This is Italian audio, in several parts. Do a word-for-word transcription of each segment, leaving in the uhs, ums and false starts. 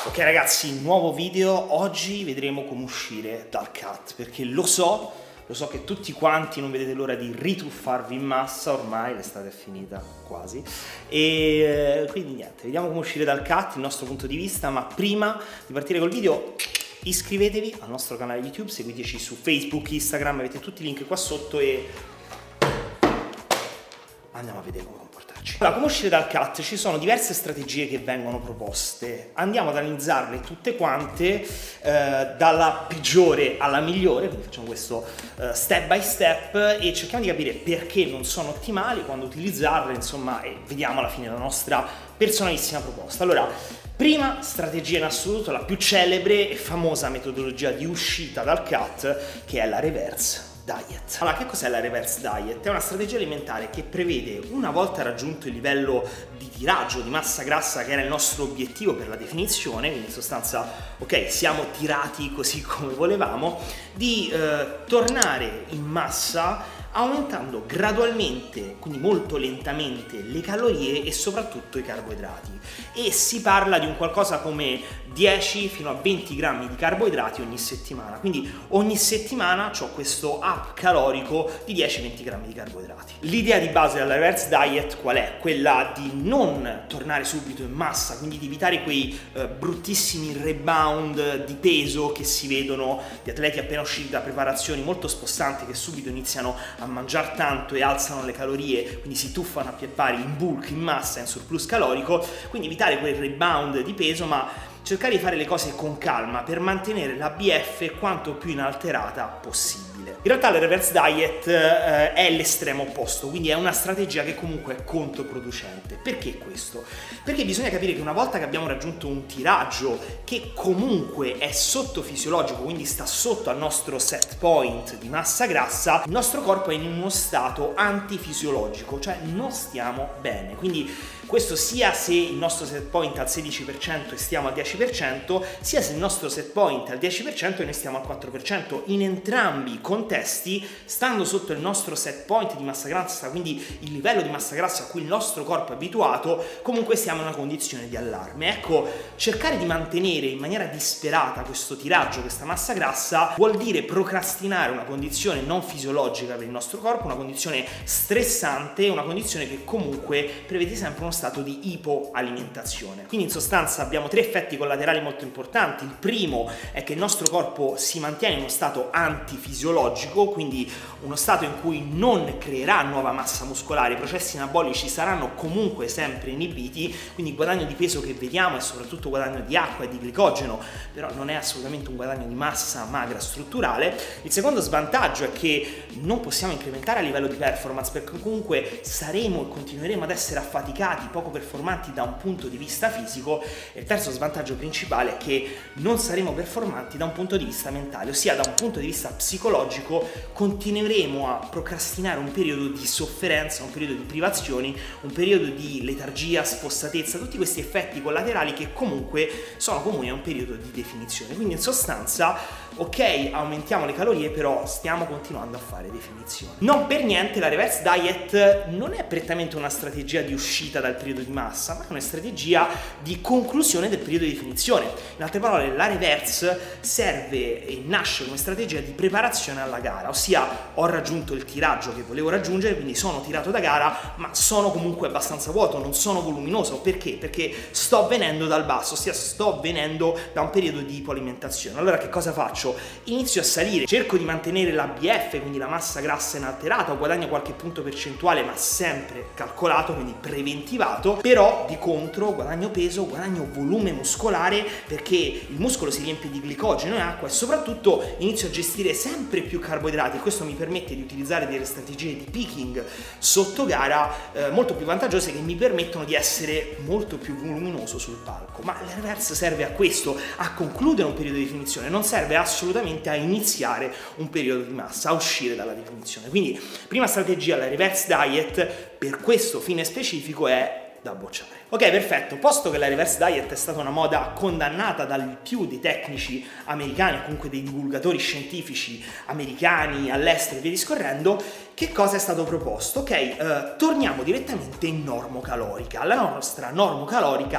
Ok ragazzi, nuovo video. Oggi vedremo come uscire dal cut, perché lo so, lo so che tutti quanti non vedete l'ora di rituffarvi in massa, ormai l'estate è finita, quasi, e quindi niente, vediamo come uscire dal cut, il nostro punto di vista, ma prima di partire col video iscrivetevi al nostro canale YouTube, seguiteci su Facebook, Instagram, avete tutti i link qua sotto e andiamo a vedere come comportarci. Allora, come uscire dal cut? Ci sono diverse strategie che vengono proposte, andiamo ad analizzarle tutte quante eh, dalla peggiore alla migliore, quindi facciamo questo eh, step by step e cerchiamo di capire perché non sono ottimali, quando utilizzarle, insomma, e vediamo alla fine la nostra personalissima proposta. Allora, prima strategia in assoluto, la più celebre e famosa metodologia di uscita dal cut, che è la reverse diet. Allora, che cos'è la reverse diet? È una strategia alimentare che prevede, una volta raggiunto il livello di tiraggio di massa grassa che era il nostro obiettivo per la definizione, quindi in sostanza, ok, siamo tirati così come volevamo, di eh, tornare in massa aumentando gradualmente, quindi molto lentamente, le calorie e soprattutto i carboidrati. E si parla di un qualcosa come dieci fino a venti grammi di carboidrati ogni settimana, quindi ogni settimana ho questo up calorico di dieci venti grammi di carboidrati. L'idea di base della reverse diet qual è? Quella di non tornare subito in massa, quindi di evitare quei eh, bruttissimi rebound di peso che si vedono di atleti appena usciti da preparazioni molto spossanti che subito iniziano a a mangiare tanto e alzano le calorie, quindi si tuffano a piè pari in bulk, in massa, in surplus calorico, quindi evitare quel rebound di peso, ma cercare di fare le cose con calma per mantenere l'A B F quanto più inalterata possibile. In realtà la reverse diet eh, è l'estremo opposto, quindi è una strategia che comunque è controproducente. Perché questo? Perché bisogna capire che una volta che abbiamo raggiunto un tiraggio che comunque è sottofisiologico, quindi sta sotto al nostro set point di massa grassa, il nostro corpo è in uno stato antifisiologico, cioè non stiamo bene. Quindi questo sia se il nostro set point è al sedici per cento e stiamo al dieci per cento, sia se il nostro set point è al dieci per cento e noi stiamo al quattro per cento. In entrambi i contesti, stando sotto il nostro set point di massa grassa, quindi il livello di massa grassa a cui il nostro corpo è abituato, comunque siamo in una condizione di allarme. Ecco, cercare di mantenere in maniera disperata questo tiraggio, questa massa grassa, vuol dire procrastinare una condizione non fisiologica per il nostro corpo, una condizione stressante, una condizione che comunque prevede sempre uno stato di ipoalimentazione. Quindi in sostanza abbiamo tre effetti collaterali molto importanti. Il primo è che il nostro corpo si mantiene in uno stato antifisiologico, quindi uno stato in cui non creerà nuova massa muscolare, i processi anabolici saranno comunque sempre inibiti, quindi il guadagno di peso che vediamo è soprattutto guadagno di acqua e di glicogeno, però non è assolutamente un guadagno di massa magra strutturale. Il secondo svantaggio è che non possiamo incrementare a livello di performance, perché comunque saremo e continueremo ad essere affaticati, poco performanti da un punto di vista fisico. E il terzo svantaggio principale è che non saremo performanti da un punto di vista mentale, ossia da un punto di vista psicologico continueremo a procrastinare un periodo di sofferenza, un periodo di privazioni, un periodo di letargia, spossatezza, tutti questi effetti collaterali che comunque sono comuni a un periodo di definizione. Quindi in sostanza, ok, aumentiamo le calorie, però stiamo continuando a fare definizione. Non per niente la reverse diet non è prettamente una strategia di uscita dal periodo di massa, ma è una strategia di conclusione del periodo di definizione. In altre parole, la reverse serve e nasce come strategia di preparazione alla gara, ossia ho raggiunto il tiraggio che volevo raggiungere, quindi sono tirato da gara, ma sono comunque abbastanza vuoto, non sono voluminoso. Perché? Perché sto venendo dal basso, ossia sto venendo da un periodo di ipoalimentazione. Allora che cosa faccio? Inizio a salire, cerco di mantenere l'A B F, quindi la massa grassa inalterata, guadagno qualche punto percentuale ma sempre calcolato, quindi preventivato, però di contro guadagno peso, guadagno volume muscolare, perché il muscolo si riempie di glicogeno e acqua, e soprattutto inizio a gestire sempre più carboidrati. Questo mi permette di utilizzare delle strategie di peaking sotto gara eh, molto più vantaggiose, che mi permettono di essere molto più voluminoso sul palco. Ma la reverse serve a questo, a concludere un periodo di definizione, non serve assolutamente a iniziare un periodo di massa, a uscire dalla definizione. Quindi prima strategia, la reverse diet, per questo fine specifico è da bocciare. Ok, perfetto. Posto che la reverse diet è stata una moda condannata dal più dei tecnici americani, o comunque dei divulgatori scientifici americani all'estero e via discorrendo, che cosa è stato proposto? Ok, eh, torniamo direttamente in normocalorica. La nostra normocalorica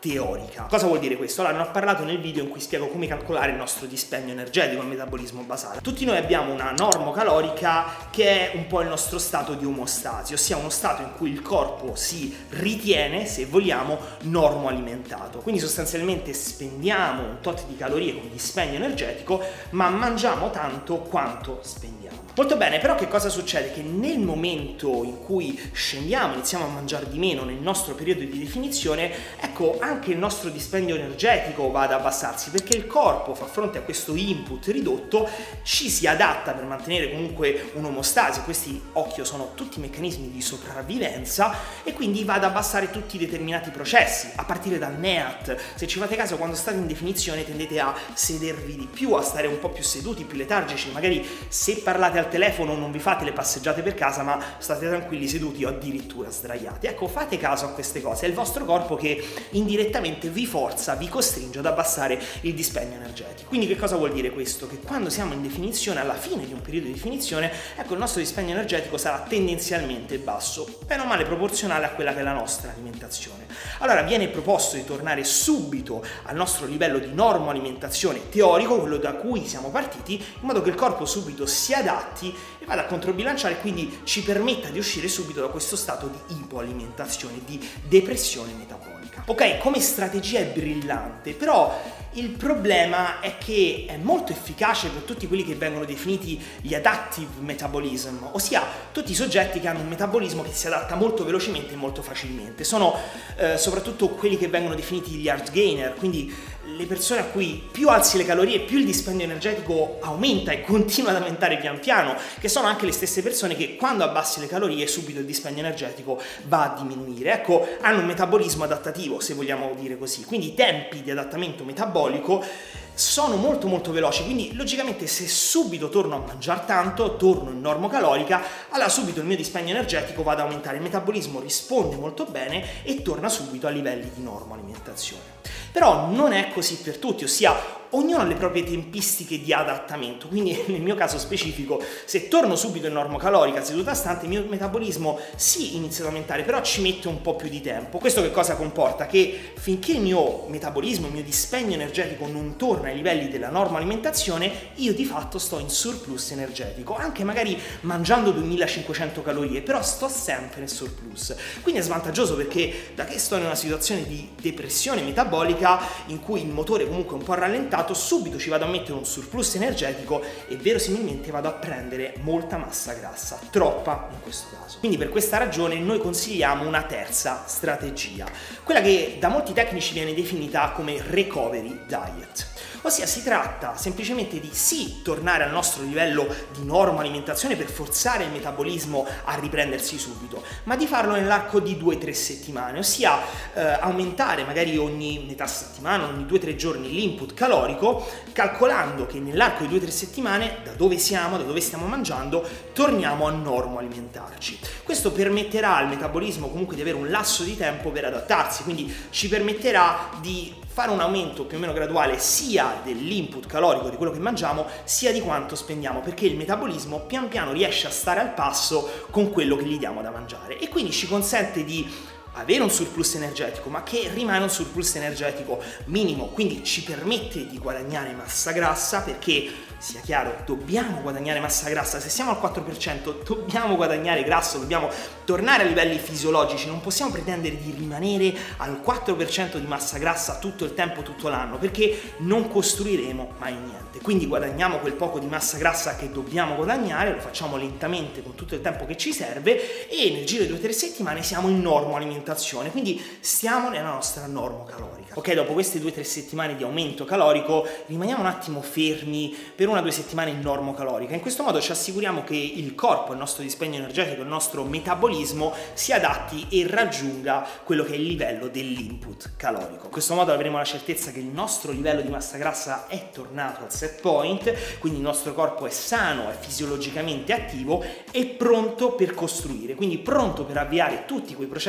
teorica. Cosa vuol dire questo? Allora, ne ho parlato nel video in cui spiego come calcolare il nostro dispendio energetico, il metabolismo basale. Tutti noi abbiamo una normocalorica che è un po' il nostro stato di omostasi, ossia uno stato in cui il corpo si ritiene, se vogliamo, normoalimentato. Quindi sostanzialmente spendiamo un tot di calorie come dispendio energetico, ma mangiamo tanto quanto spendiamo. Molto bene, però che cosa succede? Che nel momento in cui scendiamo, iniziamo a mangiare di meno nel nostro periodo di definizione, ecco, anche il nostro dispendio energetico va ad abbassarsi, perché il corpo fa fronte a questo input ridotto, ci si adatta per mantenere comunque un'omostasi. Questi, occhio, sono tutti meccanismi di sopravvivenza, e quindi va ad abbassare tutti i determinati processi, a partire dal N E A T. Se ci fate caso, quando state in definizione tendete a sedervi di più, a stare un po' più seduti, più letargici, magari se parlate al telefono non vi fate le passeggiate per casa, ma state tranquilli seduti o addirittura sdraiati. Ecco, fate caso a queste cose, è il vostro corpo che indirettamente vi forza, vi costringe ad abbassare il dispendio energetico. Quindi che cosa vuol dire questo? Che quando siamo in definizione, alla fine di un periodo di definizione, ecco, il nostro dispendio energetico sarà tendenzialmente basso, bene o male proporzionale a quella che è la nostra alimentazione. Allora viene proposto di tornare subito al nostro livello di normoalimentazione teorico, quello da cui siamo partiti, in modo che il corpo subito si adatti e vada a controbilanciare, e quindi ci permetta di uscire subito da questo stato di ipoalimentazione, di depressione metabolica. Ok, come strategia è brillante, però il problema è che è molto efficace per tutti quelli che vengono definiti gli adaptive metabolism, ossia tutti i soggetti che hanno un metabolismo che si adatta molto velocemente e molto facilmente. Sono eh, soprattutto quelli che vengono definiti gli hard gainer, quindi le persone a cui più alzi le calorie, più il dispendio energetico aumenta e continua ad aumentare pian piano, che sono anche le stesse persone che quando abbassi le calorie subito il dispendio energetico va a diminuire. Ecco, hanno un metabolismo adattativo, se vogliamo dire così, quindi i tempi di adattamento metabolico sono molto molto veloci, quindi logicamente se subito torno a mangiare tanto, torno in normocalorica, allora subito il mio dispendio energetico va ad aumentare, il metabolismo risponde molto bene e torna subito a livelli di normoalimentazione. Però non è così per tutti, ossia ognuno ha le proprie tempistiche di adattamento, quindi nel mio caso specifico, se torno subito in normocalorica seduta stante, il mio metabolismo sì inizia ad aumentare, però ci mette un po' più di tempo. Questo che cosa comporta? Che finché il mio metabolismo, il mio dispendio energetico non torna ai livelli della normoalimentazione, io di fatto sto in surplus energetico, anche magari mangiando duemilacinquecento calorie, però sto sempre in surplus. Quindi è svantaggioso, perché da che sto in una situazione di depressione metabolica in cui il motore comunque è un po' rallentato, subito ci vado a mettere un surplus energetico e verosimilmente vado a prendere molta massa grassa, troppa in questo caso. Quindi per questa ragione noi consigliamo una terza strategia, quella che da molti tecnici viene definita come recovery diet. Ossia si tratta semplicemente di sì tornare al nostro livello di normoalimentazione per forzare il metabolismo a riprendersi subito, ma di farlo nell'arco di due tre settimane, ossia eh, aumentare magari ogni metà settimana, ogni due tre giorni l'input calorico, calcolando che nell'arco di due tre settimane, da dove siamo, da dove stiamo mangiando, torniamo a normoalimentarci. Questo permetterà al metabolismo comunque di avere un lasso di tempo per adattarsi, quindi ci permetterà di fare un aumento più o meno graduale sia dell'input calorico di quello che mangiamo, sia di quanto spendiamo, perché il metabolismo pian piano riesce a stare al passo con quello che gli diamo da mangiare, e quindi ci consente di avere un surplus energetico, ma che rimane un surplus energetico minimo, quindi ci permette di guadagnare massa grassa, perché sia chiaro, dobbiamo guadagnare massa grassa. Se siamo al quattro per cento dobbiamo guadagnare grasso, dobbiamo tornare a livelli fisiologici, non possiamo pretendere di rimanere al quattro per cento di massa grassa tutto il tempo, tutto l'anno, perché non costruiremo mai niente. Quindi guadagniamo quel poco di massa grassa che dobbiamo guadagnare, lo facciamo lentamente con tutto il tempo che ci serve, e nel giro di due o tre settimane siamo in normoalimentazione, quindi stiamo nella nostra normocalorica. Ok, dopo queste due o tre settimane di aumento calorico rimaniamo un attimo fermi per una o due settimane in normocalorica. In questo modo ci assicuriamo che il corpo, il nostro dispendio energetico, il nostro metabolismo si adatti e raggiunga quello che è il livello dell'input calorico. In questo modo avremo la certezza che il nostro livello di massa grassa è tornato al set point, quindi il nostro corpo è sano, è fisiologicamente attivo e pronto per costruire, quindi pronto per avviare tutti quei processi anabolici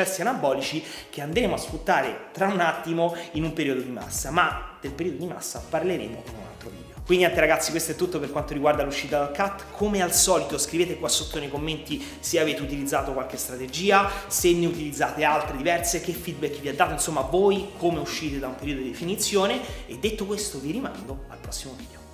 metabolici che andremo a sfruttare tra un attimo in un periodo di massa, ma del periodo di massa parleremo in un altro video. Quindi niente ragazzi, questo è tutto per quanto riguarda l'uscita dal cut. Come al solito scrivete qua sotto nei commenti se avete utilizzato qualche strategia, se ne utilizzate altre diverse, che feedback vi ha dato, insomma voi come uscite da un periodo di definizione, e detto questo vi rimando al prossimo video.